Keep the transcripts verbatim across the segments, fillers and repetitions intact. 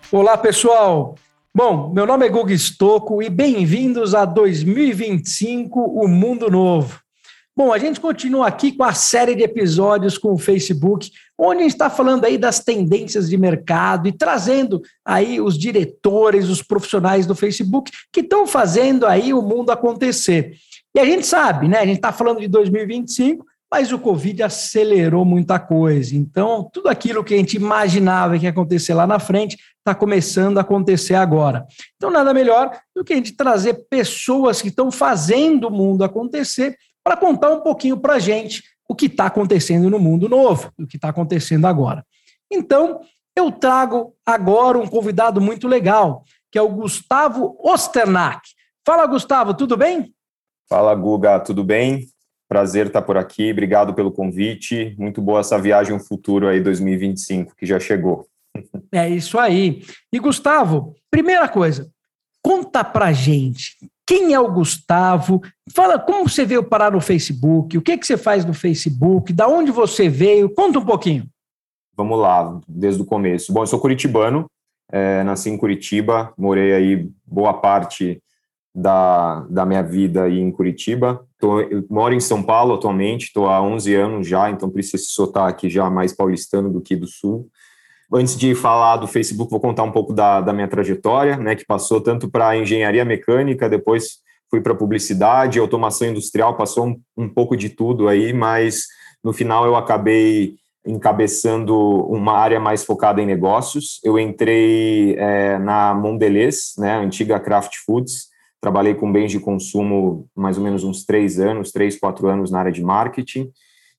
Olá, pessoal! Bom, meu nome é Guga Stocco e bem-vindos a dois mil e vinte e cinco, o Mundo Novo. Bom, a gente continua aqui com a série de episódios com o Facebook, onde a gente está falando aí das tendências de mercado e trazendo aí os diretores, os profissionais do Facebook que estão fazendo aí o mundo acontecer. E a gente sabe, né? A gente está falando de dois mil e vinte e cinco, mas o Covid acelerou muita coisa. Então, tudo aquilo que a gente imaginava que ia acontecer lá na frente está começando a acontecer agora. Então, nada melhor do que a gente trazer pessoas que estão fazendo o mundo acontecer para contar um pouquinho para a gente o que está acontecendo no mundo novo, o que está acontecendo agora. Então, eu trago agora um convidado muito legal, que é o Gustavo Osternack. Fala, Gustavo, tudo bem? Fala, Guga, tudo bem? Prazer estar por aqui, obrigado pelo convite. Muito boa essa viagem ao futuro aí, dois mil e vinte e cinco, que já chegou. É isso aí. E, Gustavo, primeira coisa, conta pra gente, quem é o Gustavo? Fala como você veio parar no Facebook, o que, que você faz no Facebook, da onde você veio, conta um pouquinho. Vamos lá, desde o começo. Bom, eu sou curitibano, é, nasci em Curitiba, morei aí boa parte da, da minha vida aí em Curitiba. Tô, eu moro em São Paulo atualmente, estou há onze anos já, então por isso esse sotaque já mais paulistano do que do Sul. Antes de falar do Facebook, vou contar um pouco da, da minha trajetória, né, que passou tanto para engenharia mecânica, depois fui para publicidade, automação industrial, passou um, um pouco de tudo aí, mas no final eu acabei encabeçando uma área mais focada em negócios. Eu entrei é, na Mondelez, né, antiga Kraft Foods, trabalhei com bens de consumo mais ou menos uns três anos, três, quatro anos na área de marketing.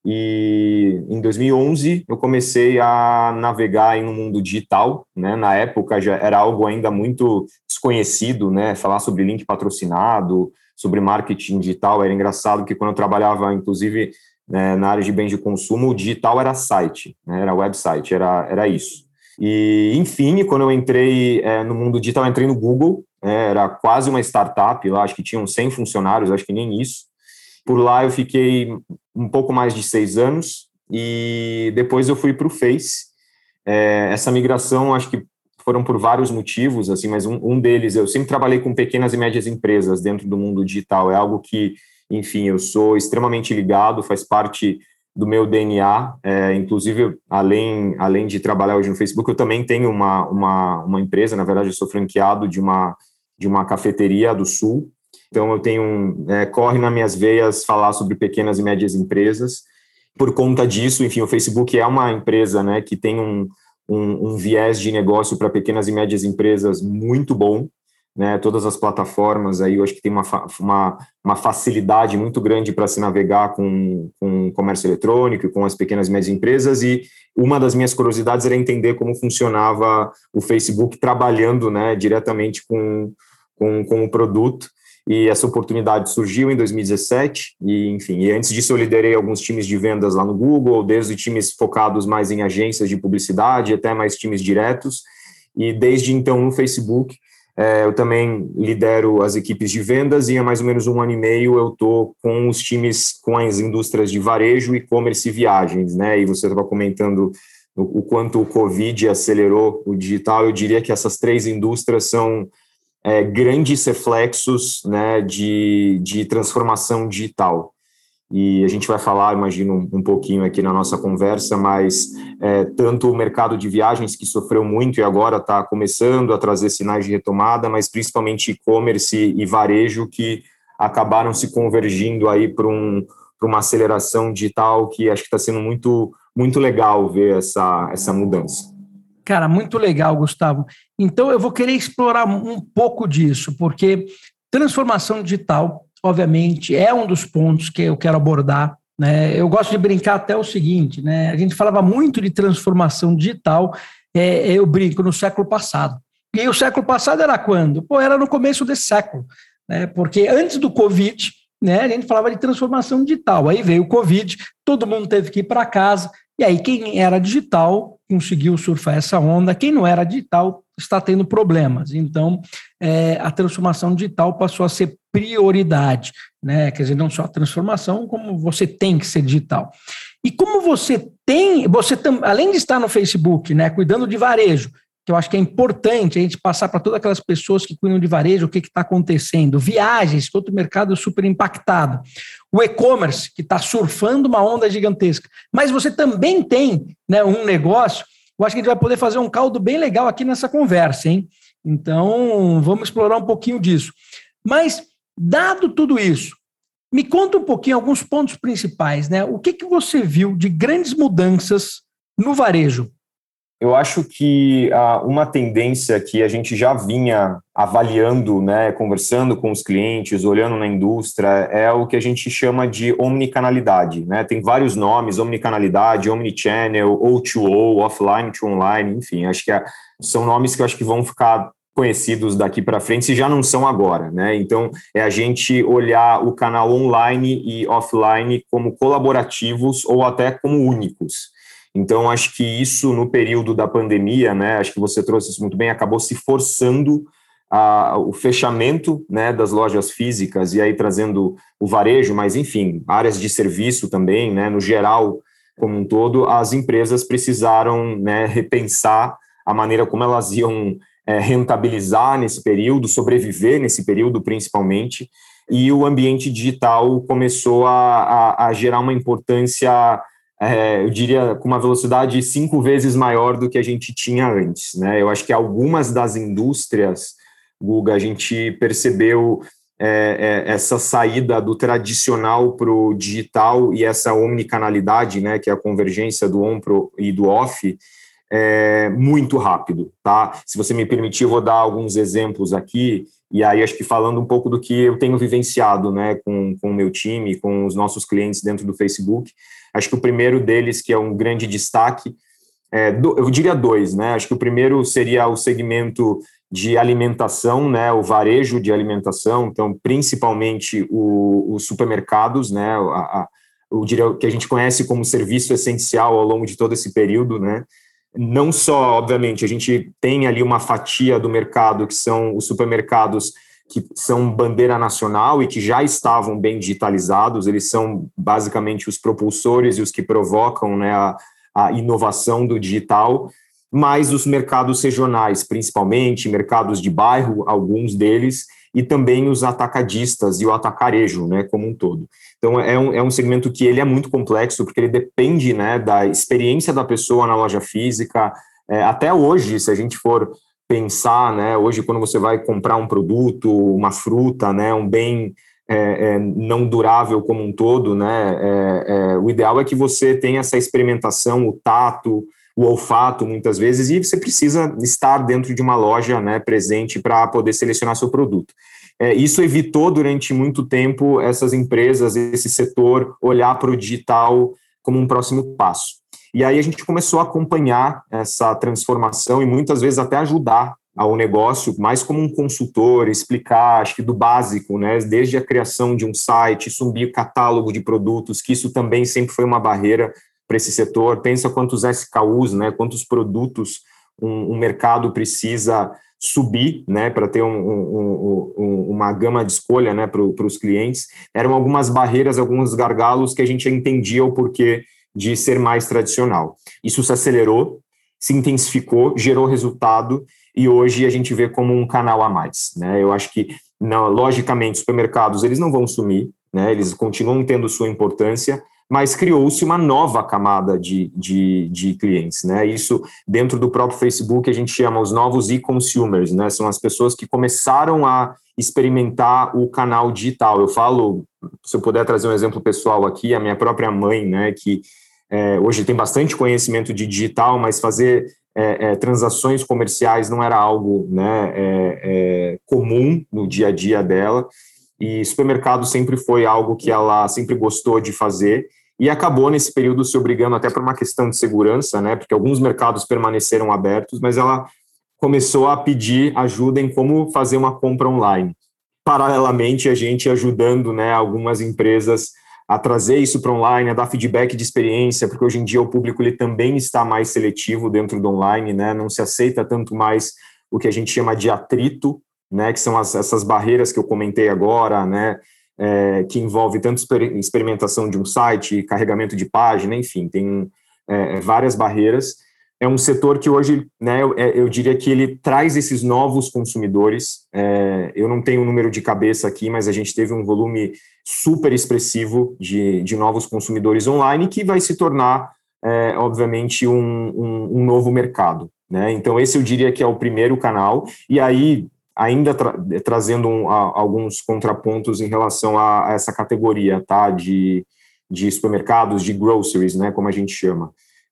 E em dois mil e onze eu comecei a navegar em um mundo digital, né? Na época já era algo ainda muito desconhecido, né? Falar sobre link patrocinado, sobre marketing digital, era engraçado que quando eu trabalhava, inclusive, né, na área de bens de consumo, o digital era site, né? Era website, era, era isso. E, enfim, quando eu entrei é, no mundo digital, eu entrei no Google, é, era quase uma startup lá, acho que tinham cem funcionários, acho que nem isso. Por lá eu fiquei um pouco mais de seis anos e depois eu fui para o Face. É, essa migração, acho que foram por vários motivos, assim, mas um, um deles, eu sempre trabalhei com pequenas e médias empresas dentro do mundo digital. É algo que, enfim, eu sou extremamente ligado, faz parte do meu D N A. É, inclusive, além, além de trabalhar hoje no Facebook, eu também tenho uma, uma, uma empresa, na verdade, eu sou franqueado de uma, de uma cafeteria do Sul. Então, eu tenho, é, corre nas minhas veias falar sobre pequenas e médias empresas. Por conta disso, enfim, o Facebook é uma empresa, né, que tem um, um, um viés de negócio para pequenas e médias empresas muito bom, né, todas as plataformas aí, eu acho que tem uma, uma, uma facilidade muito grande para se navegar com, com comércio eletrônico e com as pequenas e médias empresas, e uma das minhas curiosidades era entender como funcionava o Facebook trabalhando, né, diretamente com, com, com o produto. E essa oportunidade surgiu em dois mil e dezessete, e enfim, e antes disso eu liderei alguns times de vendas lá no Google, desde times focados mais em agências de publicidade, até mais times diretos, e desde então no Facebook é, eu também lidero as equipes de vendas, e há mais ou menos um ano e meio eu estou com os times, com as indústrias de varejo, e-commerce e viagens, né, e você estava comentando o, o quanto o Covid acelerou o digital. Eu diria que essas três indústrias são É, grandes reflexos, né, de, de transformação digital. E a gente vai falar, imagino, um pouquinho aqui na nossa conversa, mas é, tanto o mercado de viagens, que sofreu muito e agora está começando a trazer sinais de retomada, mas principalmente e-commerce e varejo, que acabaram se convergindo aí para um, para uma aceleração digital que acho que está sendo muito, muito legal ver essa, essa mudança. Cara, muito legal, Gustavo. Então, eu vou querer explorar um pouco disso, porque transformação digital, obviamente, é um dos pontos que eu quero abordar, né? Eu gosto de brincar até o seguinte, né? A gente falava muito de transformação digital, é, eu brinco, no século passado. E o século passado era quando? Pô, era no começo desse século, né? Porque antes do Covid, né, a gente falava de transformação digital. Aí veio o Covid, todo mundo teve que ir para casa, e aí quem era digital conseguiu surfar essa onda, quem não era digital está tendo problemas. Então, é, a transformação digital passou a ser prioridade, né? Quer dizer, não só a transformação, como você tem que ser digital. E como você tem, você tam, além de estar no Facebook, né, cuidando de varejo, que que eu acho que é importante a gente passar para todas aquelas pessoas que cuidam de varejo o que está acontecendo. Viagens, outro mercado super impactado. O e-commerce, que está surfando uma onda gigantesca. Mas você também tem, né, um negócio, eu acho que a gente vai poder fazer um caldo bem legal aqui nessa conversa, hein? Então, vamos explorar um pouquinho disso. Mas, dado tudo isso, me conta um pouquinho alguns pontos principais, né? O que, que você viu de grandes mudanças no varejo? Eu acho que ah, uma tendência que a gente já vinha avaliando, né, conversando com os clientes, olhando na indústria, é o que a gente chama de omnicanalidade, né? Tem vários nomes: omnicanalidade, omnichannel, O dois O, offline to online, enfim, acho que é, são nomes que eu acho que vão ficar conhecidos daqui para frente, se já não são agora, né? Então, é a gente olhar o canal online e offline como colaborativos ou até como únicos. Então, acho que isso, no período da pandemia, né, acho que você trouxe isso muito bem, acabou se forçando a, o fechamento, né, das lojas físicas, e aí trazendo o varejo, mas, enfim, áreas de serviço também, né, no geral, como um todo, as empresas precisaram, né, repensar a maneira como elas iam é, rentabilizar nesse período, sobreviver nesse período, principalmente, e o ambiente digital começou a, a, a gerar uma importância, É, eu diria, com uma velocidade cinco vezes maior do que a gente tinha antes, né? Eu acho que algumas das indústrias, Guga, a gente percebeu é, é, essa saída do tradicional para o digital e essa omnicanalidade, né, que é a convergência do on pro e do off, é, muito rápido, tá? Se você me permitir, eu vou dar alguns exemplos aqui, e aí acho que falando um pouco do que eu tenho vivenciado, né, com, com o meu time, com os nossos clientes dentro do Facebook. Acho que o primeiro deles, que é um grande destaque, é, do, eu diria dois, né? Acho que o primeiro seria o segmento de alimentação, né? O varejo de alimentação, então principalmente o, os supermercados, né? A, a, eu diria que a gente conhece como serviço essencial ao longo de todo esse período, né? Não só, obviamente, a gente tem ali uma fatia do mercado que são os supermercados que são bandeira nacional e que já estavam bem digitalizados, eles são basicamente os propulsores e os que provocam, né, a, a inovação do digital, mas os mercados regionais, principalmente, mercados de bairro, alguns deles, e também os atacadistas e o atacarejo, né, como um todo. Então, é um, é um segmento que ele é muito complexo, porque ele depende, né, da experiência da pessoa na loja física. É, até hoje, se a gente for pensar, né, hoje quando você vai comprar um produto, uma fruta, né, um bem é, é, não durável como um todo, né, é, é, o ideal é que você tenha essa experimentação, o tato, o olfato, muitas vezes, e você precisa estar dentro de uma loja, né, presente para poder selecionar seu produto. É, isso evitou durante muito tempo essas empresas, esse setor, olhar para o digital como um próximo passo. E aí a gente começou a acompanhar essa transformação e muitas vezes até ajudar ao negócio, mais como um consultor, explicar, acho que do básico, né, desde a criação de um site, subir catálogo de produtos, que isso também sempre foi uma barreira para esse setor. Pensa quantos S K Us, né, quantos produtos um, um mercado precisa subir, né, para ter um, um, um, uma gama de escolha, né, para os clientes. Eram algumas barreiras, alguns gargalos que a gente entendia o porquê de ser mais tradicional. Isso se acelerou, se intensificou, gerou resultado, e hoje a gente vê como um canal a mais, né? Eu acho que, não, logicamente, os supermercados eles não vão sumir, né? Eles continuam tendo sua importância, mas criou-se uma nova camada de, de, de clientes, né? Isso, dentro do próprio Facebook, a gente chama os novos e-consumers, né? São as pessoas que começaram a experimentar o canal digital. Eu falo, se eu puder trazer um exemplo pessoal aqui, a minha própria mãe, né, que é, hoje tem bastante conhecimento de digital, mas fazer é, é, transações comerciais não era algo, né, é, é, comum no dia a dia dela, e supermercado sempre foi algo que ela sempre gostou de fazer, e acabou nesse período se obrigando até por uma questão de segurança, né, porque alguns mercados permaneceram abertos, mas ela começou a pedir ajuda em como fazer uma compra online. Paralelamente, a gente ajudando, né, algumas empresas a trazer isso para online, a dar feedback de experiência, porque hoje em dia o público ele também está mais seletivo dentro do online, né, não se aceita tanto mais o que a gente chama de atrito, né, que são as, essas barreiras que eu comentei agora, né, é, que envolve tanto experimentação de um site, carregamento de página, enfim, tem é, várias barreiras. é um setor que hoje, né, eu, eu diria que ele traz esses novos consumidores. É, eu não tenho o número de cabeça aqui, mas a gente teve um volume super expressivo de, de novos consumidores online que vai se tornar, é, obviamente, um, um, um novo mercado, né? Então, esse eu diria que é o primeiro canal. E aí, ainda tra trazendo um, a, alguns contrapontos em relação a, a essa categoria, tá, de, de supermercados, de groceries, né, como a gente chama.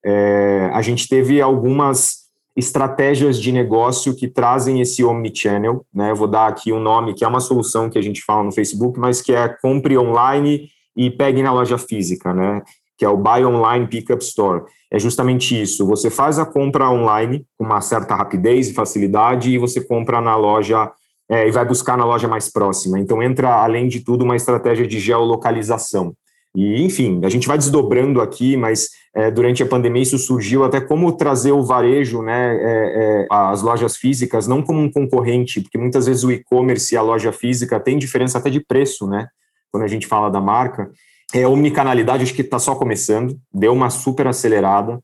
É, a gente teve algumas estratégias de negócio que trazem esse omnichannel, né? Eu vou dar aqui um nome que é uma solução que a gente fala no Facebook, mas que é compre online e pegue na loja física, né? Que é o Buy Online Pickup Store. É justamente isso, você faz a compra online com uma certa rapidez e facilidade e você compra na loja é, e vai buscar na loja mais próxima. Então entra, além de tudo, uma estratégia de geolocalização. E, enfim, a gente vai desdobrando aqui, mas é, durante a pandemia isso surgiu até como trazer o varejo, né, é, é, as lojas físicas, não como um concorrente, porque muitas vezes o e-commerce e a loja física tem diferença até de preço, né, quando a gente fala da marca. É, a omnicanalidade acho que está só começando, deu uma super acelerada,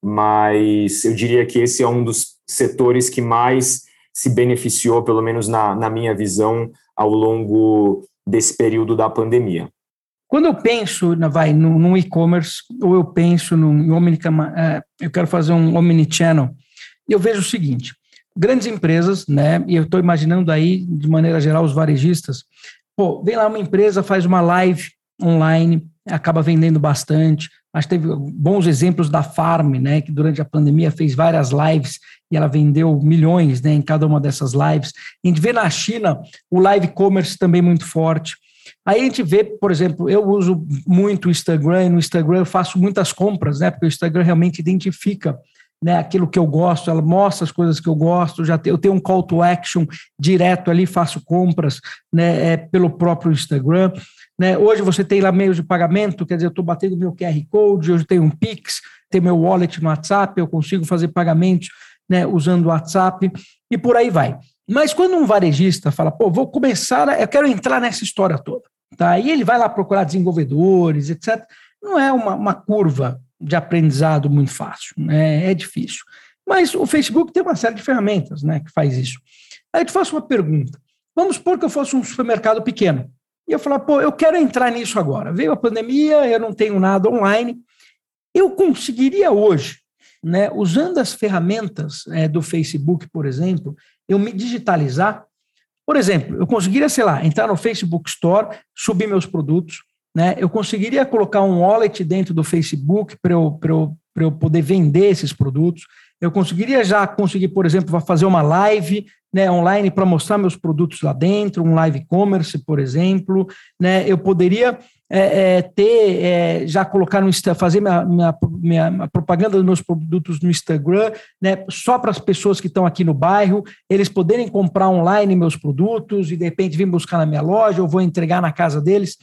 mas eu diria que esse é um dos setores que mais se beneficiou, pelo menos na, na minha visão, ao longo desse período da pandemia. Quando eu penso na, vai, no, no e-commerce, ou eu penso no, no omni, uh, eu quero fazer um omnichannel, eu vejo o seguinte, grandes empresas, né, e eu estou imaginando aí, de maneira geral, os varejistas, pô, vem lá uma empresa, faz uma live online, acaba vendendo bastante, acho que teve bons exemplos da Farm, né, que durante a pandemia fez várias lives e ela vendeu milhões, né, em cada uma dessas lives. A gente vê na China o live commerce também muito forte. Aí a gente vê, por exemplo, eu uso muito o Instagram, e no Instagram eu faço muitas compras, né? Porque o Instagram realmente identifica, né, aquilo que eu gosto, ela mostra as coisas que eu gosto, já te, eu tenho um call to action direto ali, faço compras, né, é, pelo próprio Instagram. Né? Hoje você tem lá meios de pagamento, quer dizer, eu estou batendo meu Q R Code, hoje tenho um Pix, tenho meu wallet no WhatsApp, eu consigo fazer pagamentos, né, usando o WhatsApp e por aí vai. Mas quando um varejista fala, pô, vou começar, eu quero entrar nessa história toda, tá? E ele vai lá procurar desenvolvedores, etcétera, não é uma, uma curva de aprendizado muito fácil, né? É difícil. Mas o Facebook tem uma série de ferramentas, né, que faz isso. Aí eu te faço uma pergunta. Vamos supor que eu fosse um supermercado pequeno. E eu falar, pô, eu quero entrar nisso agora. Veio a pandemia, eu não tenho nada online. Eu conseguiria hoje, né, usando as ferramentas é, do Facebook, por exemplo, eu me digitalizar. Por exemplo, eu conseguiria, sei lá, entrar no Facebook Store, subir meus produtos, né? Eu conseguiria colocar um wallet dentro do Facebook para eu, para eu, para eu poder vender esses produtos. Eu conseguiria já conseguir, por exemplo, fazer uma live, né, online para mostrar meus produtos lá dentro, um live commerce, por exemplo, né? Eu poderia é, é, ter, é, já colocar no fazer minha, minha, minha propaganda dos meus produtos no Instagram, né, só para as pessoas que estão aqui no bairro, eles poderem comprar online meus produtos e de repente vir buscar na minha loja, eu vou entregar na casa deles.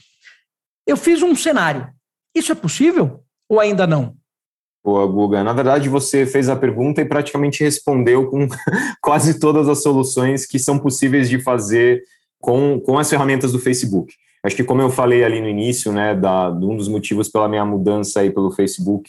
Eu fiz um cenário. Isso é possível ou ainda não? Boa, Guga. Na verdade, você fez a pergunta e praticamente respondeu com quase todas as soluções que são possíveis de fazer com, com as ferramentas do Facebook. Acho que, como eu falei ali no início, né, da, um dos motivos pela minha mudança aí pelo Facebook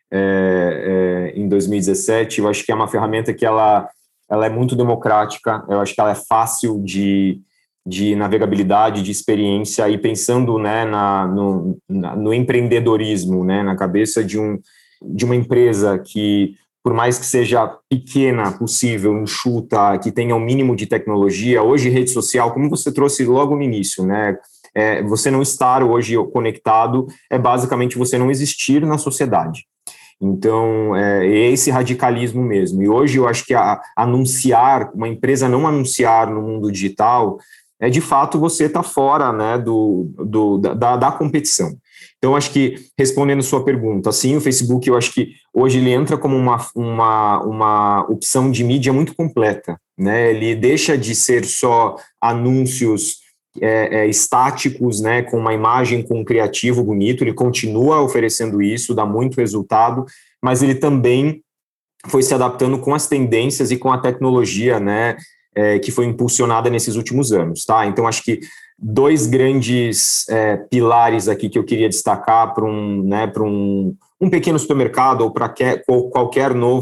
é, é, em dois mil e dezessete, eu acho que é uma ferramenta que ela, ela é muito democrática, eu acho que ela é fácil de, de navegabilidade, de experiência, e pensando, né, na, no, na, no empreendedorismo, né, na cabeça de um de uma empresa que, por mais que seja pequena, possível, enxuta, que tenha um mínimo de tecnologia, hoje rede social, como você trouxe logo no início, né, é, você não estar hoje conectado é basicamente você não existir na sociedade. Então, é, é esse radicalismo mesmo. E hoje eu acho que a, anunciar, uma empresa não anunciar no mundo digital, é de fato você estar tá fora, né, do, do, da, da competição. Então, acho que, respondendo sua pergunta, sim, o Facebook, eu acho que hoje ele entra como uma, uma, uma opção de mídia muito completa, né? Ele deixa de ser só anúncios é, é, estáticos, né, com uma imagem, com um criativo bonito, ele continua oferecendo isso, dá muito resultado, mas ele também foi se adaptando com as tendências e com a tecnologia, né, é, que foi impulsionada nesses últimos anos, tá? Então, acho que dois grandes é, pilares aqui que eu queria destacar para um, né, para um, um pequeno supermercado ou para qualquer novo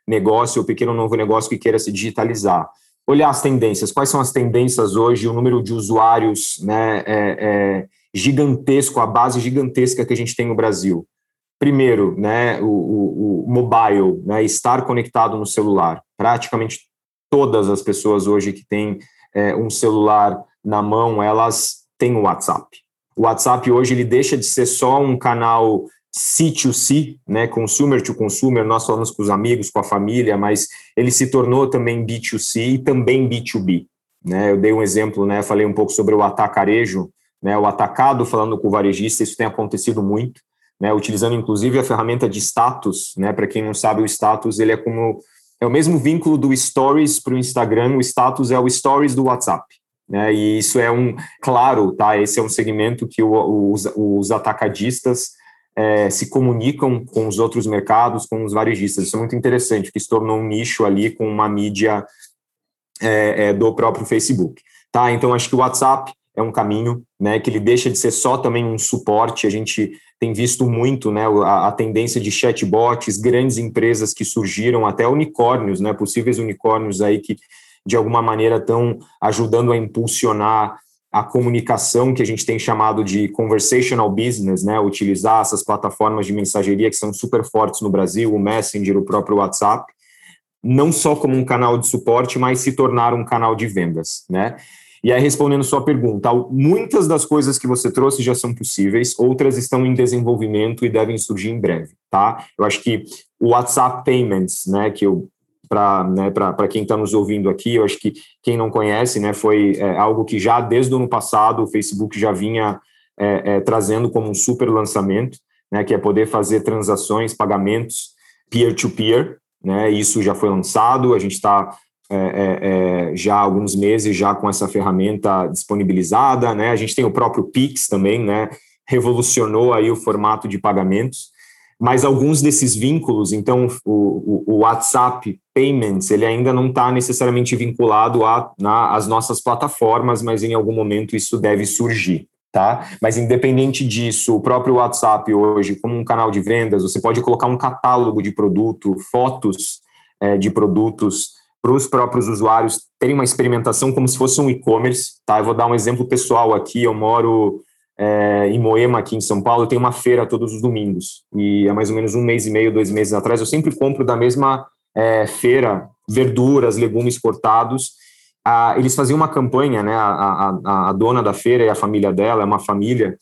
negócio ou pequeno novo negócio que queira se digitalizar. Olhar as tendências, quais são as tendências hoje, o número de usuários, né, é, é gigantesco, a base gigantesca que a gente tem no Brasil. Primeiro, né, o, o, o mobile, né, estar conectado no celular. Praticamente todas as pessoas hoje que têm é, um celular na mão, elas têm o WhatsApp. O WhatsApp hoje ele deixa de ser só um canal C dois C, né, consumer to consumer, nós falamos com os amigos, com a família, mas ele se tornou também B dois C e também B dois B. Né? Eu dei um exemplo, né, falei um pouco sobre o atacarejo, né, o atacado falando com o varejista, isso tem acontecido muito. Né, utilizando inclusive a ferramenta de status, né, para quem não sabe, o status ele é como é o mesmo vínculo do Stories para o Instagram, o status é o Stories do WhatsApp, né, e isso é um, claro, tá, esse é um segmento que o, os, os atacadistas é, se comunicam com os outros mercados, com os varejistas, isso é muito interessante, que se tornou um nicho ali com uma mídia é, é, do próprio Facebook, tá, então acho que o WhatsApp é um caminho, né, que ele deixa de ser só também um suporte, a gente tem visto muito, né, a, a tendência de chatbots, grandes empresas que surgiram, até unicórnios, né, possíveis unicórnios aí que de alguma maneira estão ajudando a impulsionar a comunicação que a gente tem chamado de conversational business, né, utilizar essas plataformas de mensageria que são super fortes no Brasil, o Messenger, o próprio WhatsApp, não só como um canal de suporte, mas se tornar um canal de vendas, né. E aí, respondendo sua pergunta, muitas das coisas que você trouxe já são possíveis, outras estão em desenvolvimento e devem surgir em breve, tá? Eu acho que o WhatsApp Payments, né, que eu, para né, para quem está nos ouvindo aqui, eu acho que quem não conhece, né, foi é, algo que já desde o ano passado o Facebook já vinha é, é, trazendo como um super lançamento, né, que é poder fazer transações, pagamentos peer-to-peer, né, isso já foi lançado, a gente está É, é, é, já há alguns meses já com essa ferramenta disponibilizada, né? A gente tem o próprio Pix também, né? Revolucionou aí o formato de pagamentos, mas alguns desses vínculos, então o, o, o WhatsApp Payments, ele ainda não está necessariamente vinculado a, na, às nossas plataformas, mas em algum momento isso deve surgir, tá? Mas independente disso, o próprio WhatsApp hoje, como um canal de vendas, você pode colocar um catálogo de produto, fotos é, de produtos para os próprios usuários terem uma experimentação como se fosse um e-commerce, tá? Eu vou dar um exemplo pessoal aqui, eu moro é, em Moema, aqui em São Paulo, tem uma feira todos os domingos, e há mais ou menos um mês e meio, dois meses atrás, eu sempre compro da mesma é, feira, verduras, legumes cortados. Ah, eles faziam uma campanha, né, a, a, a dona da feira e a família dela, é uma família,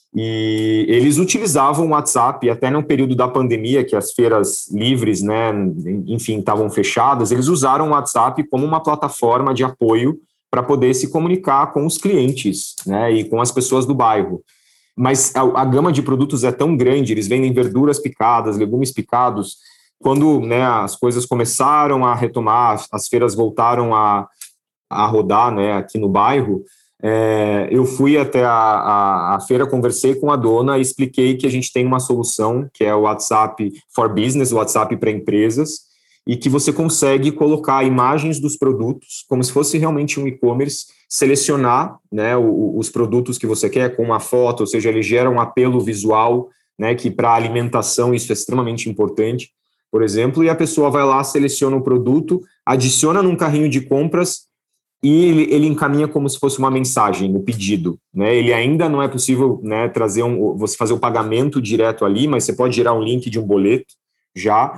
e eles utilizavam o WhatsApp, até no período da pandemia, que as feiras livres, né, enfim, estavam fechadas, eles usaram o WhatsApp como uma plataforma de apoio para poder se comunicar com os clientes, né, e com as pessoas do bairro. Mas a, a gama de produtos é tão grande, eles vendem verduras picadas, legumes picados. Quando, né, as coisas começaram a retomar, as feiras voltaram a, a rodar, né, aqui no bairro, É, eu fui até a, a, a feira, conversei com a dona e expliquei que a gente tem uma solução, que é o WhatsApp for Business, o WhatsApp para empresas, e que você consegue colocar imagens dos produtos, como se fosse realmente um e-commerce, selecionar, né, o, os produtos que você quer com uma foto, ou seja, ele gera um apelo visual, né, que para alimentação isso é extremamente importante, por exemplo, e a pessoa vai lá, seleciona o produto, adiciona num carrinho de compras, e ele, ele encaminha como se fosse uma mensagem, o pedido, né? Ele ainda não é possível, né, trazer um, você fazer o pagamento direto ali, mas você pode gerar um link de um boleto já,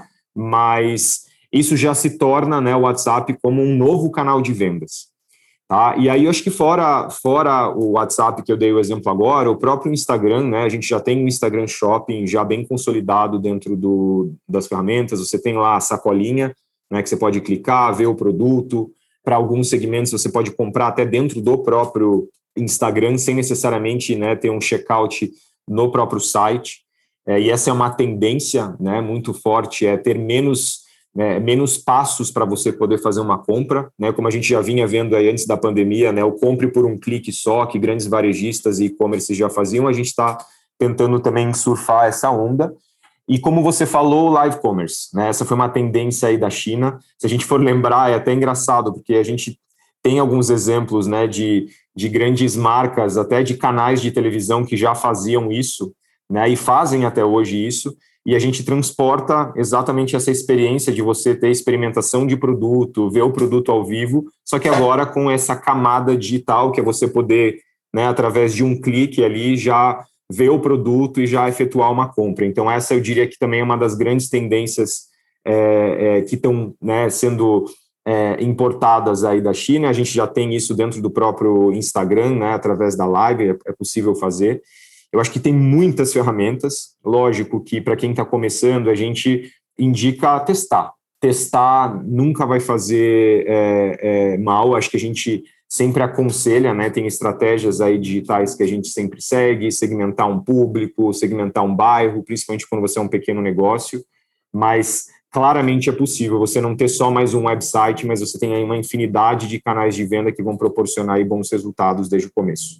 mas isso já se torna, né, o WhatsApp como um novo canal de vendas, tá? E aí eu acho que fora, fora o WhatsApp que eu dei o exemplo agora, o próprio Instagram, né, a gente já tem um Instagram Shopping já bem consolidado dentro do, das ferramentas, você tem lá a sacolinha, né, que você pode clicar, ver o produto. Para alguns segmentos você pode comprar até dentro do próprio Instagram, sem necessariamente, né, ter um checkout no próprio site. É, e essa é uma tendência, né, muito forte, é ter menos, né, menos passos para você poder fazer uma compra, né, como a gente já vinha vendo aí antes da pandemia, né, o compre por um clique só, que grandes varejistas e e-commerce já faziam, a gente está tentando também surfar essa onda. E como você falou, o live commerce, né? Essa foi uma tendência aí da China. Se a gente for lembrar, é até engraçado, porque a gente tem alguns exemplos, né, de, de grandes marcas, até de canais de televisão que já faziam isso, né, e fazem até hoje isso. e a gente transporta exatamente essa experiência de você ter experimentação de produto, ver o produto ao vivo, só que agora com essa camada digital, que é você poder, né, através de um clique ali, já ver o produto e já efetuar uma compra. Então essa eu diria que também é uma das grandes tendências é, é, que estão, né, sendo é, importadas aí da China. A gente já tem isso dentro do próprio Instagram, né, através da live, é, é possível fazer. Eu acho que tem muitas ferramentas, lógico que para quem está começando, a gente indica testar. Testar nunca vai fazer é, é, mal, acho que a gente sempre aconselha, né? Tem estratégias aí digitais que a gente sempre segue, segmentar um público, segmentar um bairro, principalmente quando você é um pequeno negócio, mas claramente é possível você não ter só mais um website, mas você tem aí uma infinidade de canais de venda que vão proporcionar aí bons resultados desde o começo.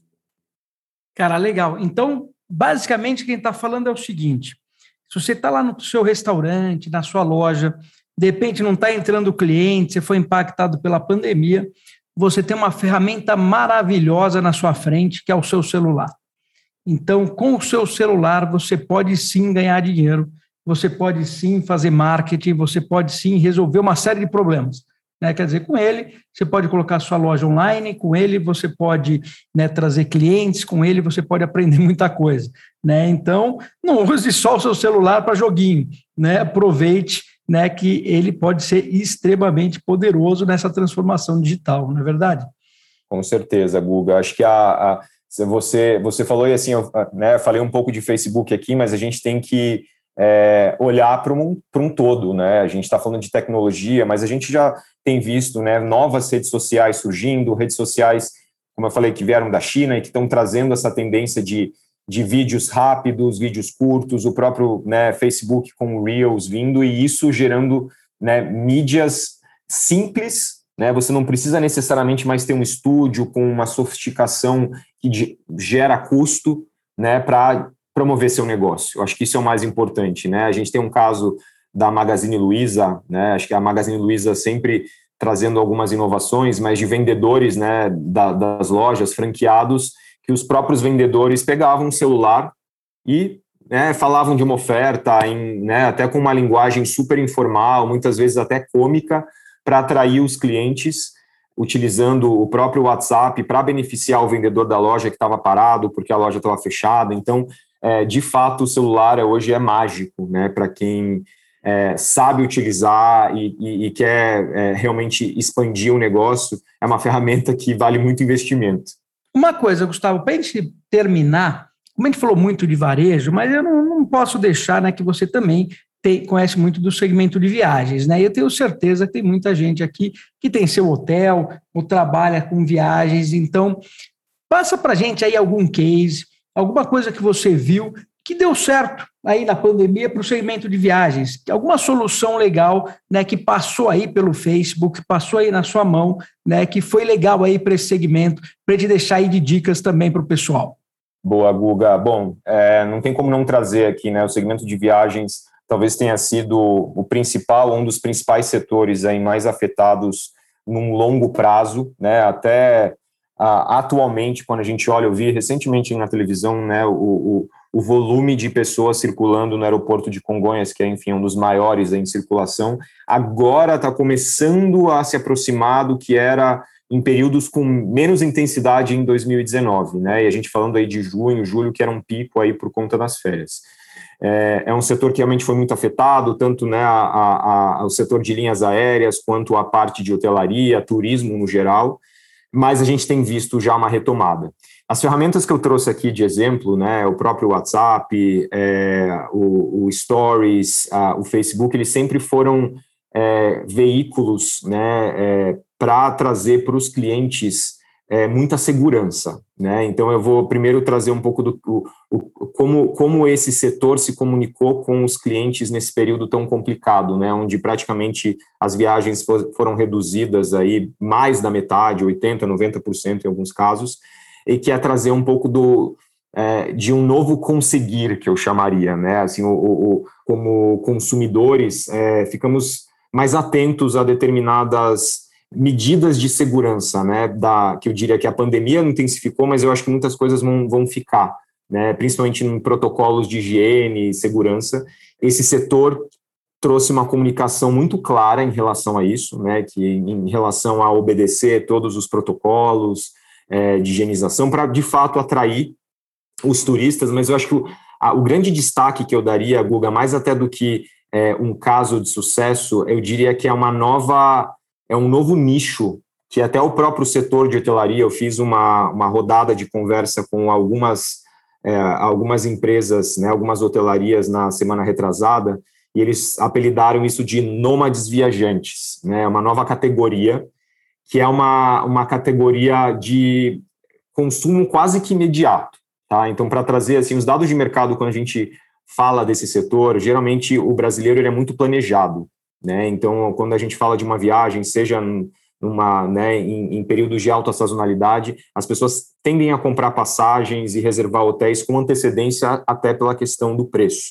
Cara, legal. Então, basicamente, quem está falando é o seguinte: se você está lá no seu restaurante, na sua loja, de repente não está entrando cliente, você foi impactado pela pandemia, você tem uma ferramenta maravilhosa na sua frente, que é o seu celular. Então, com o seu celular, você pode sim ganhar dinheiro, você pode sim fazer marketing, você pode sim resolver uma série de problemas. Né? Quer dizer, com ele, você pode colocar sua loja online, com ele você pode, né, trazer clientes, com ele você pode aprender muita coisa. Né? Então, não use só o seu celular para joguinho, né? Aproveite, né, que ele pode ser extremamente poderoso nessa transformação digital, não é verdade? Com certeza, Guga. Acho que a, a, você, você falou, e assim, eu, né, falei um pouco de Facebook aqui, mas a gente tem que é, olhar para um, para um todo, né? A gente está falando de tecnologia, mas a gente já tem visto, né, novas redes sociais surgindo, redes sociais, como eu falei, que vieram da China e que estão trazendo essa tendência de, de vídeos rápidos, vídeos curtos, o próprio, né, Facebook com Reels vindo, e isso gerando, né, mídias simples, né? Você não precisa necessariamente mais ter um estúdio com uma sofisticação que gera custo, né, para promover seu negócio. Eu acho que isso é o mais importante, né? A gente tem um caso da Magazine Luiza, né? Acho que a Magazine Luiza sempre trazendo algumas inovações, mas de vendedores, né, da, das lojas, franqueados, que os próprios vendedores pegavam um celular e, né, falavam de uma oferta, em, né, até com uma linguagem super informal, muitas vezes até cômica, para atrair os clientes, utilizando o próprio WhatsApp para beneficiar o vendedor da loja que estava parado, porque a loja estava fechada. Então, é, de fato, o celular hoje é mágico, né, para quem é, sabe utilizar e, e, e quer é, realmente expandir o negócio. É uma ferramenta que vale muito investimento. Uma coisa, Gustavo, para a gente terminar, como a gente falou muito de varejo, mas eu não, não posso deixar, né, que você também tem, conhece muito do segmento de viagens, né? Eu tenho certeza que tem muita gente aqui que tem seu hotel, ou trabalha com viagens, então passa para a gente aí algum case, alguma coisa que você viu que deu certo aí na pandemia para o segmento de viagens, alguma solução legal, né, que passou aí pelo Facebook, passou aí na sua mão, né, que foi legal aí para esse segmento, para te deixar aí de dicas também para o pessoal. Boa, Guga. Bom, é, não tem como não trazer aqui, né, o segmento de viagens talvez tenha sido o principal, um dos principais setores aí mais afetados num longo prazo, né, até a, atualmente, quando a gente olha, eu vi recentemente na televisão, né, o, o, o volume de pessoas circulando no aeroporto de Congonhas, que é, enfim, um dos maiores em circulação, agora está começando a se aproximar do que era em períodos com menos intensidade em dois mil e dezenove, né, e a gente falando aí de junho, julho, que era um pico aí por conta das férias. É, é um setor que realmente foi muito afetado, tanto, né, a, a, a, o setor de linhas aéreas, quanto a parte de hotelaria, turismo no geral, mas a gente tem visto já uma retomada. As ferramentas que eu trouxe aqui de exemplo, né, o próprio WhatsApp, é, o, o Stories, a, o Facebook, eles sempre foram é, veículos, né, é, para trazer para os clientes é, muita segurança, né? Então eu vou primeiro trazer um pouco do o, o, como, como esse setor se comunicou com os clientes nesse período tão complicado, né? Onde praticamente as viagens for, foram reduzidas aí mais da metade, oitenta por cento, noventa por cento em alguns casos, e que é trazer um pouco do é, de um novo conseguir, que eu chamaria, né? Assim, o, o, como consumidores, é, ficamos mais atentos a determinadas medidas de segurança, né, da, que eu diria que a pandemia não intensificou, mas eu acho que muitas coisas vão, vão ficar, né, principalmente em protocolos de higiene e segurança. Esse setor trouxe uma comunicação muito clara em relação a isso, né, que em relação a obedecer todos os protocolos é, de higienização para, de fato, atrair os turistas, mas eu acho que o, a, o grande destaque que eu daria, Guga, mais até do que é, um caso de sucesso, eu diria que é uma nova, é um novo nicho, que até o próprio setor de hotelaria, eu fiz uma, uma rodada de conversa com algumas, é, algumas empresas, né, algumas hotelarias na semana retrasada, e eles apelidaram isso de nômades viajantes, né, uma nova categoria, que é uma, uma categoria de consumo quase que imediato. Tá? Então, para trazer assim, os dados de mercado, quando a gente fala desse setor, geralmente o brasileiro ele é muito planejado. Né? Então, quando a gente fala de uma viagem, seja numa, né, em, em períodos de alta sazonalidade, as pessoas tendem a comprar passagens e reservar hotéis com antecedência, até pela questão do preço.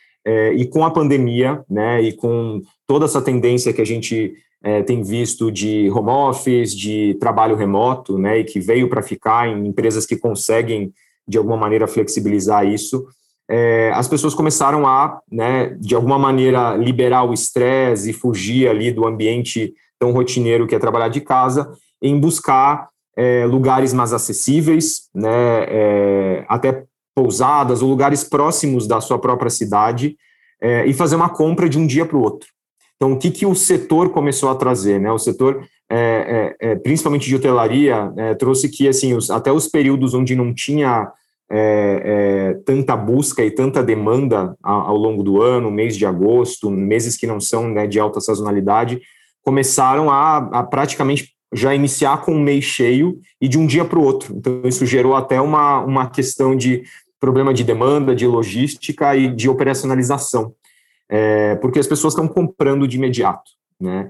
É, e com a pandemia, né, e com toda essa tendência que a gente é, tem visto de home office, de trabalho remoto, né, e que veio para ficar em empresas que conseguem, de alguma maneira, flexibilizar isso, é, as pessoas começaram a, né, de alguma maneira, liberar o estresse e fugir ali do ambiente tão rotineiro que é trabalhar de casa, em buscar é, lugares mais acessíveis, né, é, até pousadas ou lugares próximos da sua própria cidade, é, e fazer uma compra de um dia para o outro. Então, o que, que o setor começou a trazer? Né? O setor, é, é, principalmente de hotelaria, é, trouxe que assim, os, até os períodos onde não tinha é, é, tanta busca e tanta demanda ao, ao longo do ano, mês de agosto, meses que não são, né, de alta sazonalidade, começaram a, a praticamente já iniciar com um mês cheio e de um dia para o outro. Então, isso gerou até uma, uma questão de problema de demanda, de logística e de operacionalização, é, porque as pessoas estão comprando de imediato, né?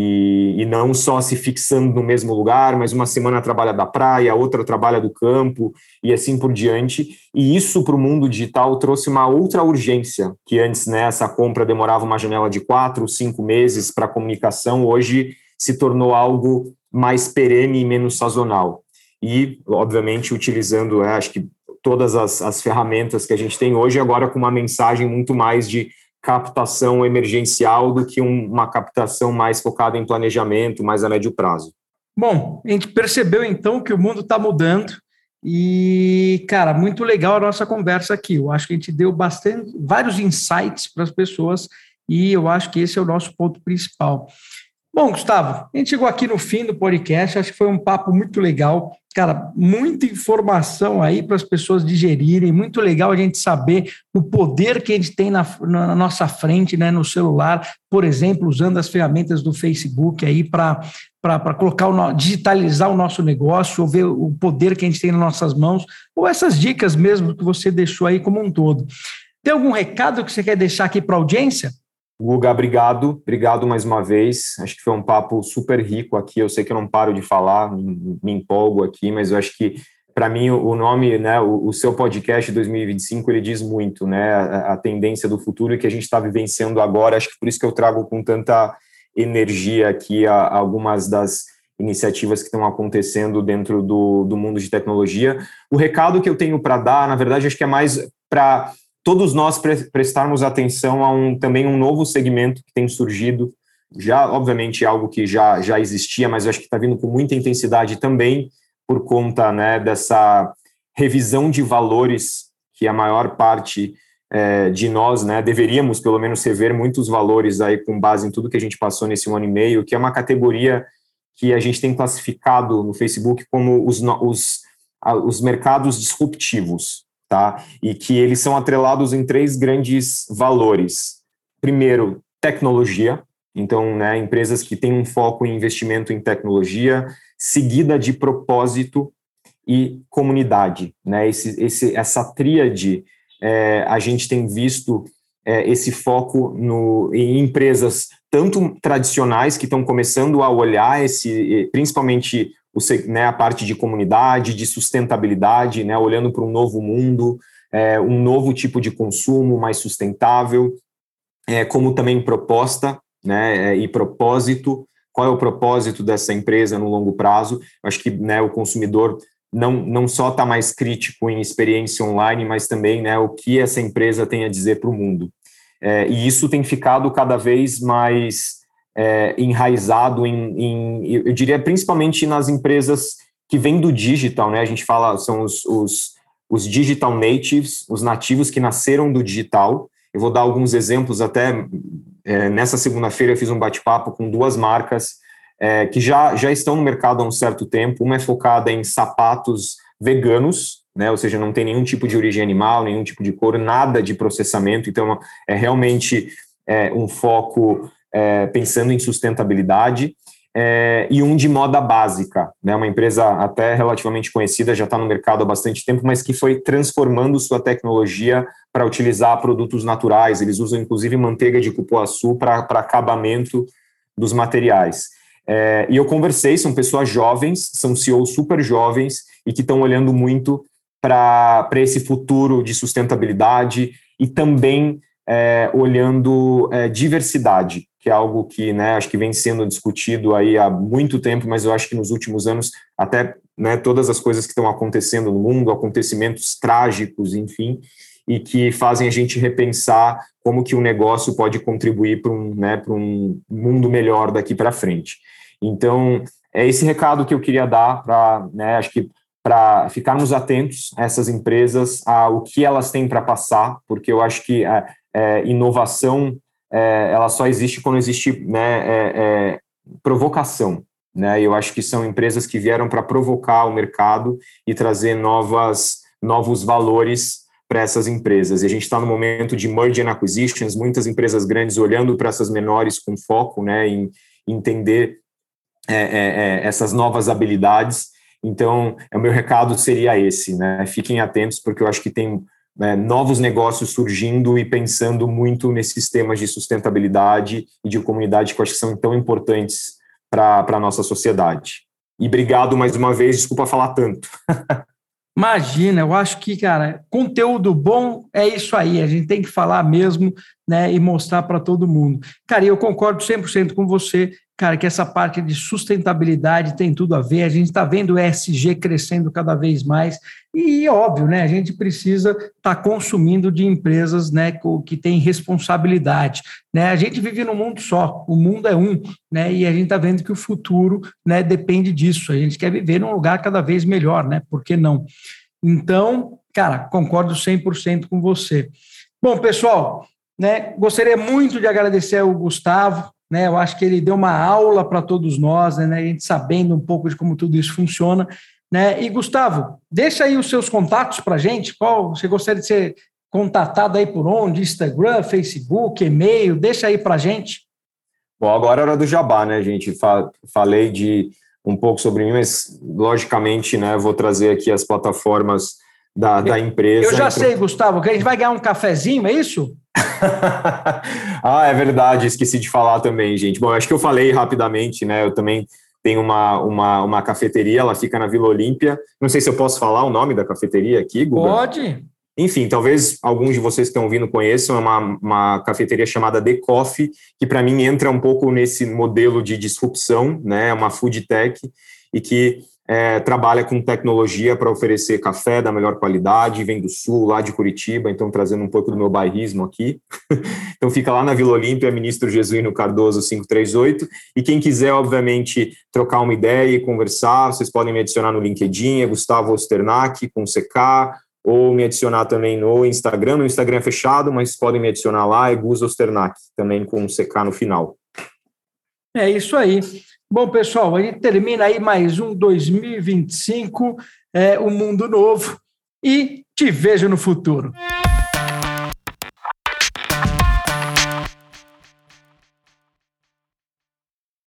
E, e não só se fixando no mesmo lugar, mas uma semana trabalha da praia, outra trabalha do campo e assim por diante. E isso para o mundo digital trouxe uma outra urgência, que antes, né, essa compra demorava uma janela de quatro, cinco meses para comunicação, hoje se tornou algo mais perene e menos sazonal. E, obviamente, utilizando, é, acho que todas as, as ferramentas que a gente tem hoje, agora com uma mensagem muito mais de captação emergencial do que um, uma captação mais focada em planejamento, mais a médio prazo. Bom, a gente percebeu então que o mundo está mudando e, cara, muito legal a nossa conversa aqui. Eu acho que a gente deu bastante, vários insights para as pessoas e eu acho que esse é o nosso ponto principal. Bom, Gustavo, a gente chegou aqui no fim do podcast, acho que foi um papo muito legal. Cara, muita informação aí para as pessoas digerirem, muito legal a gente saber o poder que a gente tem na, na nossa frente, né, no celular, por exemplo, usando as ferramentas do Facebook aí para para colocar o, digitalizar o nosso negócio, ou ver o poder que a gente tem nas nossas mãos, ou essas dicas mesmo que você deixou aí como um todo. Tem algum recado que você quer deixar aqui para a audiência? Guga, obrigado, obrigado mais uma vez, acho que foi um papo super rico aqui, eu sei que eu não paro de falar, me, me empolgo aqui, mas eu acho que, para mim, o nome, né, o, o seu podcast dois mil e vinte e cinco, ele diz muito, né, a, a tendência do futuro e que a gente está vivenciando agora, acho que por isso que eu trago com tanta energia aqui a, a algumas das iniciativas que estão acontecendo dentro do, do mundo de tecnologia. O recado que eu tenho para dar, na verdade, acho que é mais para todos nós prestarmos atenção a um, também um novo segmento que tem surgido, já, obviamente, algo que já, já existia, mas eu acho que está vindo com muita intensidade também por conta, né, dessa revisão de valores que a maior parte é, de nós, né, deveríamos, pelo menos, rever muitos valores aí com base em tudo que a gente passou nesse um ano e meio, que é uma categoria que a gente tem classificado no Facebook como os, os, os mercados disruptivos. Tá? E que eles são atrelados em três grandes valores. Primeiro, tecnologia, então, né, empresas que têm um foco em investimento em tecnologia, seguida de propósito e comunidade. Né? Esse, esse, essa tríade, é, a gente tem visto é, esse foco no, em empresas tanto tradicionais que estão começando a olhar, esse, principalmente O, né, a parte de comunidade, de sustentabilidade, né, olhando para um novo mundo, é, um novo tipo de consumo mais sustentável, é, como também proposta, né, e propósito. Qual é o propósito dessa empresa no longo prazo? Acho que, né, o consumidor não, não só está mais crítico em experiência online, mas também, né, o que essa empresa tem a dizer para o mundo. É, e isso tem ficado cada vez mais é, enraizado em, em, eu diria, principalmente nas empresas que vêm do digital, né? A gente fala, são os, os, os digital natives, os nativos que nasceram do digital. Eu vou dar alguns exemplos, até é, nessa segunda-feira eu fiz um bate-papo com duas marcas é, que já, já estão no mercado há um certo tempo. Uma é focada em sapatos veganos, né, ou seja, não tem nenhum tipo de origem animal, nenhum tipo de couro, nada de processamento, então é realmente é, um foco é, pensando em sustentabilidade, é, e um de moda básica, né, uma empresa até relativamente conhecida, já está no mercado há bastante tempo, mas que foi transformando sua tecnologia para utilizar produtos naturais. Eles usam inclusive manteiga de cupuaçu para acabamento dos materiais. É, e eu conversei, são pessoas jovens, são C E Os super jovens e que estão olhando muito para esse futuro de sustentabilidade e também é, olhando é, diversidade, que é algo que, né, acho que vem sendo discutido aí há muito tempo, mas eu acho que nos últimos anos, até, né, todas as coisas que estão acontecendo no mundo, acontecimentos trágicos, enfim, e que fazem a gente repensar como que o negócio pode contribuir para um, né, para um mundo melhor daqui para frente. Então, é esse recado que eu queria dar para, né, acho que para ficarmos atentos a essas empresas, ao que elas têm para passar, porque eu acho que a é, inovação é, ela só existe quando existe, né, é, é, provocação, né? Eu acho que são empresas que vieram para provocar o mercado e trazer novas, novos valores para essas empresas. E a gente está no momento de merge and acquisitions, muitas empresas grandes olhando para essas menores com foco, né, em entender é, é, essas novas habilidades. Então, o meu recado seria esse, né? Fiquem atentos, porque eu acho que tem né, novos negócios surgindo e pensando muito nesses temas de sustentabilidade e de comunidade que eu acho que são tão importantes para a nossa sociedade. E obrigado mais uma vez, desculpa falar tanto. Imagina, eu acho que, cara, conteúdo bom é isso aí, a gente tem que falar mesmo, né, e mostrar para todo mundo. Cara, eu concordo cem por cento com você, cara, que essa parte de sustentabilidade tem tudo a ver, a gente está vendo o E S G crescendo cada vez mais e, óbvio, né, a gente precisa estar tá consumindo de empresas, né, que têm responsabilidade, né, a gente vive num mundo só, o mundo é um, né, e a gente está vendo que o futuro, né, depende disso, a gente quer viver num lugar cada vez melhor, né, por que não? Então, cara, concordo cem por cento com você. Bom, pessoal, né, gostaria muito de agradecer ao Gustavo, né, eu acho que ele deu uma aula para todos nós, né, a gente sabendo um pouco de como tudo isso funciona, né, e Gustavo, deixa aí os seus contatos para a gente, qual você gostaria de ser contatado aí por onde, Instagram, Facebook, e-mail, deixa aí para a gente. Bom, agora é hora do jabá, né, gente, falei de um pouco sobre mim, mas logicamente, né, vou trazer aqui as plataformas da, da empresa. Eu já então... sei, Gustavo, que a gente vai ganhar um cafezinho, é isso? Ah, é verdade, esqueci de falar também, gente. Bom, acho que eu falei rapidamente, né? Eu também tenho uma, uma, uma cafeteria, ela fica na Vila Olímpia. Não sei se eu posso falar o nome da cafeteria aqui, Guga. Pode. Enfim, talvez alguns de vocês que estão ouvindo conheçam, é uma, uma cafeteria chamada The Coffee, que para mim entra um pouco nesse modelo de disrupção, né? É uma food tech e que É, trabalha com tecnologia para oferecer café da melhor qualidade, vem do sul, lá de Curitiba, então trazendo um pouco do meu bairrismo aqui. Então fica lá na Vila Olímpia, Ministro Jesuíno Cardoso quinhentos e trinta e oito, e quem quiser, obviamente, trocar uma ideia e conversar, vocês podem me adicionar no LinkedIn, é Gustavo Osternack, com C K, ou me adicionar também no Instagram, no Instagram é fechado, mas podem me adicionar lá, é Gus Osternack, também com C K no final. É isso aí. Bom, pessoal, a gente termina aí mais um dois mil e vinte e cinco, é, um mundo novo, e te vejo no futuro.